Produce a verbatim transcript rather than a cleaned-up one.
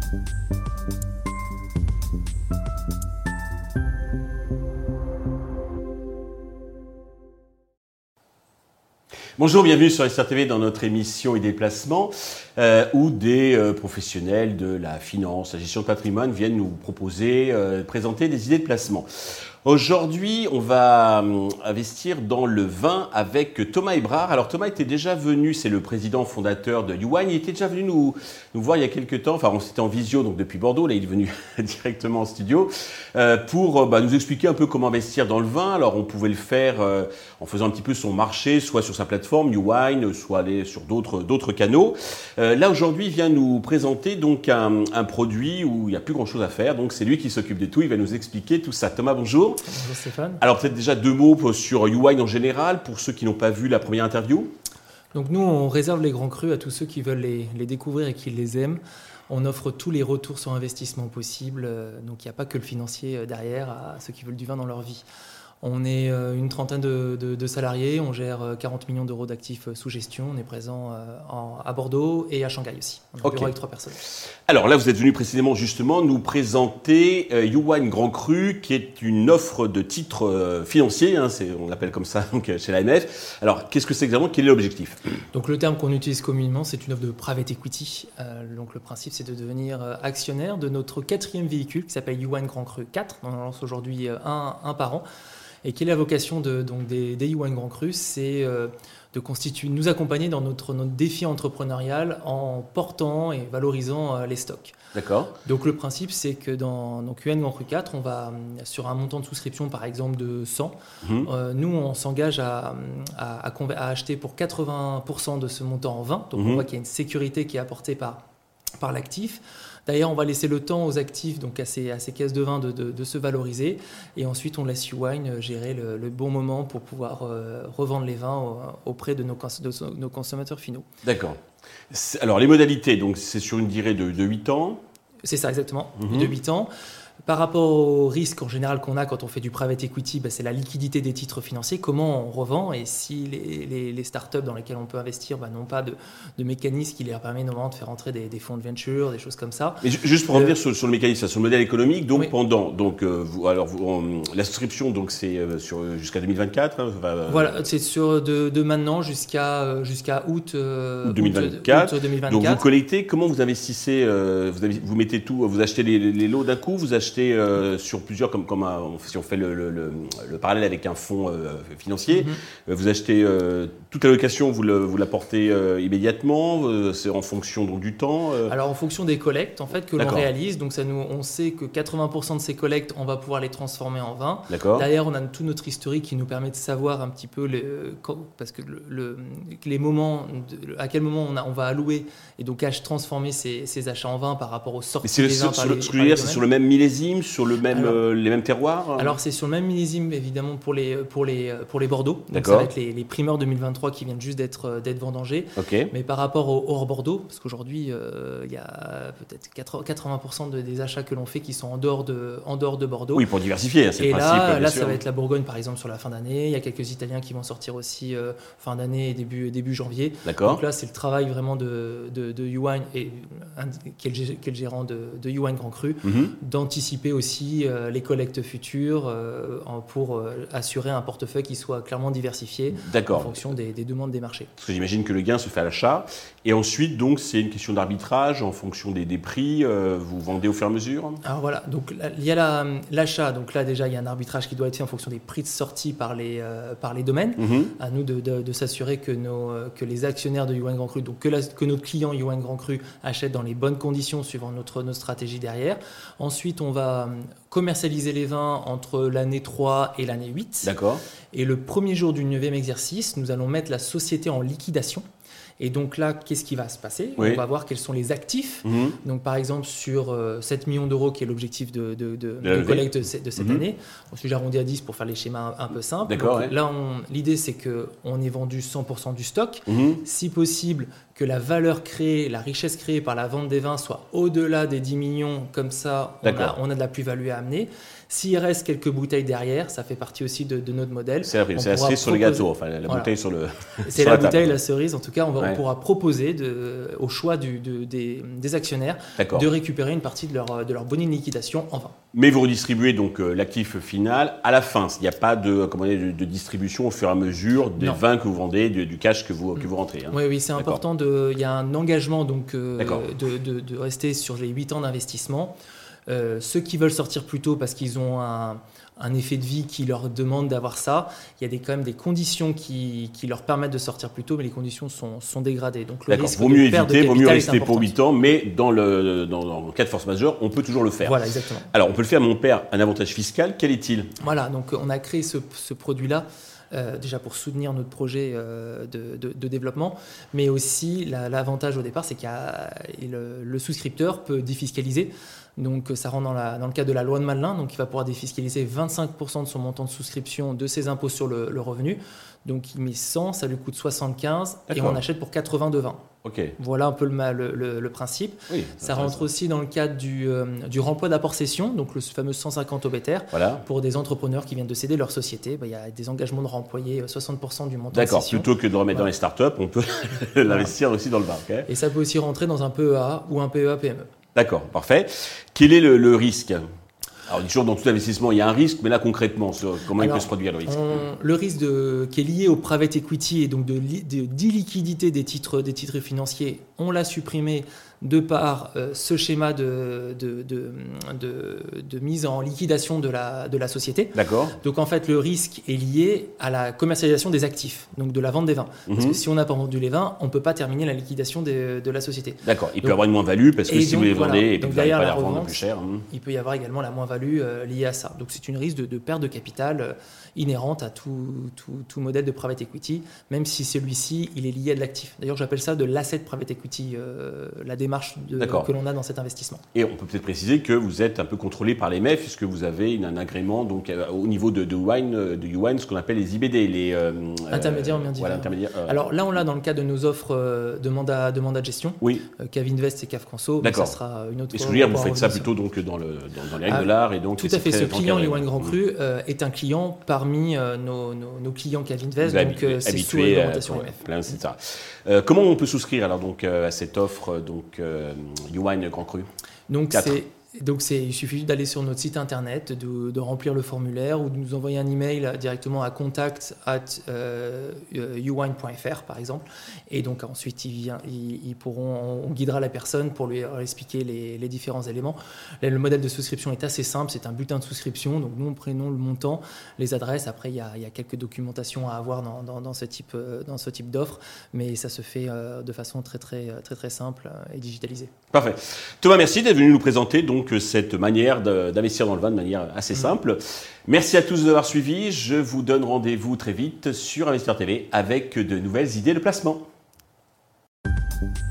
Bonjour, bienvenue sur S R T V dans notre émission Idées Placement euh, où des euh, professionnels de la finance, la gestion de patrimoine viennent nous proposer, euh, présenter des idées de placement. Aujourd'hui, on va euh, investir dans le vin avec Thomas Ebrard. Alors Thomas était déjà venu, c'est le président fondateur de YouWine, il était déjà venu nous, nous voir il y a quelques temps, enfin on s'était en visio donc depuis Bordeaux, là il est venu directement en studio euh, pour euh, bah, nous expliquer un peu comment investir dans le vin. Alors on pouvait le faire euh, en faisant un petit peu son marché, soit sur sa plateforme YouWine, soit aller sur d'autres, d'autres canaux. Euh, là aujourd'hui, il vient nous présenter donc un, un produit où il n'y a plus grand chose à faire, donc c'est lui qui s'occupe de tout, il va nous expliquer tout ça. Thomas, bonjour. Bonjour Stéphane. Alors peut-être déjà deux mots sur YouWine en général, pour ceux qui n'ont pas vu la première interview. Donc nous, on réserve les grands crus à tous ceux qui veulent les, les découvrir et qui les aiment. On offre tous les retours sur investissement possibles, donc il n'y a pas que le financier derrière à ceux qui veulent du vin dans leur vie. On est une trentaine de, de, de salariés, on gère quarante millions d'euros d'actifs sous gestion, on est présent en, à Bordeaux et à Shanghai aussi. On a un okay. bureau avec trois personnes. Alors là, vous êtes venu précisément justement nous présenter euh, YouWine Grand Cru, qui est une offre de titres euh, financiers, hein, c'est, on l'appelle comme ça donc, chez l'A M F. Alors qu'est-ce que c'est exactement? Quel est l'objectif? Donc le terme qu'on utilise communément, c'est une offre de private equity. Euh, donc le principe, c'est de devenir actionnaire de notre quatrième véhicule qui s'appelle YouWine Grand Cru quatre. On en lance aujourd'hui un, un par an. Et quelle est la vocation de, donc des, des YouWine Grand Cru? C'est euh, de constituer, nous accompagner dans notre, notre défi entrepreneurial en portant et valorisant euh, les stocks. D'accord. Donc le principe, c'est que dans donc YouWine Grand Cru quatre, on va sur un montant de souscription par exemple de cent. Mmh. Euh, nous, on s'engage à, à, à, à acheter pour quatre-vingts pour cent de ce montant en vin. Donc mmh. on voit qu'il y a une sécurité qui est apportée par, par l'actif. D'ailleurs, on va laisser le temps aux actifs, donc à ces, à ces caisses de vin, de, de, de se valoriser. Et ensuite, on laisse YouWine gérer le, le bon moment pour pouvoir euh, revendre les vins au, auprès de nos, de nos consommateurs finaux. D'accord. C'est, alors, les modalités, donc c'est sur une durée de, de huit ans. C'est ça, exactement, mmh. de huit ans. Par rapport au risque en général qu'on a quand on fait du private equity, bah, c'est la liquidité des titres financiers, comment on revend, et si les, les, les startups dans lesquelles on peut investir bah, n'ont pas de, de mécanisme qui leur permet normalement de faire entrer des, des fonds de venture, des choses comme ça. Mais juste pour revenir euh, sur, sur le mécanisme, sur le modèle économique, donc oui. pendant donc euh, vous, alors vous, on, la souscription donc c'est euh, sur jusqu'à deux mille vingt-quatre. Hein, euh, voilà, c'est sur de, de maintenant jusqu'à jusqu'à août, euh, deux mille vingt-quatre. août deux mille vingt-quatre. Donc vous collectez, comment vous investissez, euh, vous, avez, vous mettez tout, vous achetez les, les lots d'un coup, vous achetez Euh, sur plusieurs, comme, comme un, si on fait le, le, le, le parallèle avec un fonds euh, financier, mm-hmm. vous achetez euh, toute allocation, vous, le, vous la portez euh, immédiatement, euh, c'est en fonction donc, du temps euh... Alors en fonction des collectes en fait, que D'accord. l'on réalise, donc ça nous, on sait que quatre-vingts pour cent de ces collectes, on va pouvoir les transformer en vin. D'accord. Derrière, on a tout notre historique qui nous permet de savoir un petit peu, les, parce que le, le, les moments, de, à quel moment on, a, on va allouer et donc transformer ces, ces achats en vin par rapport aux sorties c'est des le, vins. Sur, par les, ce que je veux dire, c'est sur le même millésime, sur le même, alors, euh, les mêmes terroirs. Alors c'est sur le même millésime évidemment pour les pour les pour les Bordeaux. Donc D'accord. ça va être les, les primeurs deux mille vingt-trois qui viennent juste d'être d'être vendangés. Okay. Mais par rapport au hors Bordeaux, parce qu'aujourd'hui euh, il y a peut-être quatre-vingts pour cent de, des achats que l'on fait qui sont en dehors de en dehors de Bordeaux. Oui, pour diversifier, c'est et le principe. là, bien là sûr. Ça va être la Bourgogne par exemple sur la fin d'année. Il y a quelques Italiens qui vont sortir aussi euh, fin d'année et début début janvier. D'accord. Donc là c'est le travail vraiment de de, de YouWine et qui est le, qui est le gérant de, de YouWine Grand Cru, mm-hmm. d'anticiper aussi euh, les collectes futures euh, pour euh, assurer un portefeuille qui soit clairement diversifié. D'accord. En fonction des, des demandes des marchés. Parce que j'imagine que le gain se fait à l'achat et ensuite donc c'est une question d'arbitrage en fonction des, des prix. Euh, vous vendez au fur et à mesure. Alors voilà, donc il y a la, l'achat. Donc là déjà il y a un arbitrage qui doit être fait en fonction des prix de sortie par les euh, par les domaines. Mm-hmm. À nous de, de, de s'assurer que nos que les actionnaires de YouWine Grand Cru, donc que, la, que notre client YouWine Grand Cru achète dans les bonnes conditions suivant notre notre stratégie derrière. Ensuite on va commercialiser les vins entre l'année trois et l'année huit. D'accord. Et le premier jour du neuvième exercice, nous allons mettre la société en liquidation. Et donc là, qu'est-ce qui va se passer? Oui. On va voir quels sont les actifs. Mmh. Donc par exemple, sur euh, sept millions d'euros, qui est l'objectif de, de, de, de collecte de, de cette mmh. année, ensuite j'arrondis à dix pour faire les schémas un, un peu simples. D'accord, donc, ouais. Là, on, l'idée, c'est qu'on ait vendu cent pour cent du stock. Mmh. Si possible, que la valeur créée, la richesse créée par la vente des vins soit au-delà des dix millions, comme ça on a, on a de la plus-value à amener. S'il reste quelques bouteilles derrière, ça fait partie aussi de, de notre modèle. C'est la, c'est la cerise sur le gâteau, enfin la voilà. bouteille sur le. C'est sur la, la bouteille, la cerise. En tout cas, on, va, ouais. on pourra proposer de, au choix du, de, des, des actionnaires D'accord. de récupérer une partie de leur, de leur bonus de liquidation en vin. Mais vous redistribuez donc euh, l'actif final à la fin. Il n'y a pas de, comment dire, de, de distribution au fur et à mesure des non. vins que vous vendez, du, du cash que vous, que vous rentrez. Hein. Oui, oui, c'est D'accord. important. De, il y a un engagement donc euh, de, de, de rester sur les huit ans d'investissement. Euh, ceux qui veulent sortir plus tôt parce qu'ils ont un, un effet de vie qui leur demande d'avoir ça, il y a des, quand même des conditions qui, qui leur permettent de sortir plus tôt, mais les conditions sont, sont dégradées. Donc le risque vaut mieux de perte éviter, de vaut mieux rester pour huit ans, mais dans le, dans, dans le cas de force majeure, on peut toujours le faire. Voilà, exactement. Alors, on peut le faire, mon père, un avantage fiscal, quel est-il ? Voilà, donc on a créé ce, ce produit-là. Euh, déjà pour soutenir notre projet euh, de, de, de développement, mais aussi la, l'avantage au départ, c'est que le, le souscripteur peut défiscaliser. Donc ça rentre dans, la, dans le cadre de la loi de Madelin, donc il va pouvoir défiscaliser vingt-cinq pour cent de son montant de souscription de ses impôts sur le, le revenu. Donc il met cent, ça lui coûte soixante-quinze D'accord. et on achète pour quatre-vingts de vin. Okay. Voilà un peu le, le, le, le principe. Oui, ça rentre aussi dans le cadre du, euh, du remploi d'apport-cession, donc le fameux cent cinquante obétaires. Voilà. Pour des entrepreneurs qui viennent de céder leur société, bah, il y a des engagements de remployer soixante pour cent du montant D'accord, de cession. plutôt que de le remettre voilà. dans les startups, on peut l'investir voilà. aussi dans le vin. Okay. Et ça peut aussi rentrer dans un P E A ou un P E A P M E. D'accord, parfait. Quel est le, le risque ? Alors, toujours dans tout investissement, il y a un risque, mais là, concrètement, sur comment Alors, il peut se produire le risque on, Le risque de, qui est lié au private equity et donc de, de, d'illiquidité des titres, des titres financiers, on l'a supprimé de par euh, ce schéma de, de, de, de, de mise en liquidation de la, de la société. D'accord. Donc, en fait, le risque est lié à la commercialisation des actifs, donc de la vente des vins. Mm-hmm. Parce que si on n'a pas vendu les vins, on ne peut pas terminer la liquidation de, de la société. D'accord. Il donc, peut y avoir une moins-value parce que si donc, vous les voilà. vendez et que donc, vous n'allez pas les revente, revendre plus cher. Hum. Il peut y avoir également la moins-value euh, liée à ça. Donc, c'est une risque de, de perte de capital euh, inhérente à tout, tout, tout modèle de private equity, même si celui-ci, il est lié à de l'actif. D'ailleurs, j'appelle ça de l'asset private equity, euh, la démarche de, que l'on a dans cet investissement. Et on peut peut-être préciser que vous êtes un peu contrôlé par l'A M F, puisque vous avez une, un agrément donc, euh, au niveau de, de Wine, de Uwine, ce qu'on appelle les I B D, les euh, intermédiaires bien voilà, intermédiaires. Euh... Alors là, on l'a dans le cadre de nos offres euh, de mandat de mandat de gestion. Oui. Euh, Cavinvest et Cavconso. D'accord. Ça sera une autre. Et ce que je veux dire, vous faites ça plutôt donc dans le dans, dans les règles ah, de l'art et donc. Tout à fait. Ce client Uwine Grand Cru euh, est un client parmi euh, nos, nos, nos clients Cavinvest, donc habi- euh, c'est sous réglementation A M F. Plein, c'est ça. Euh, comment on peut souscrire alors donc euh, à cette offre donc euh, Uwine Grand Cru? Donc c'est, donc c'est, il suffit d'aller sur notre site internet, de, de remplir le formulaire ou de nous envoyer un email directement à contact arobase uwine point f r par exemple. Et donc ensuite ils, ils, ils pourront, on guidera la personne pour lui expliquer les, les différents éléments. Là, le modèle de souscription est assez simple, c'est un bulletin de souscription. Donc nous on prénom le montant, les adresses. Après il y a, il y a quelques documentations à avoir dans, dans, dans ce type, dans ce type d'offre, mais ça se fait de façon très très très très simple et digitalisée. Parfait. Thomas, merci d'être venu nous présenter donc cette manière de, d'investir dans le vin de manière assez simple. Merci à tous d'avoir suivi. Je vous donne rendez-vous très vite sur Investisseur T V avec de nouvelles idées de placement.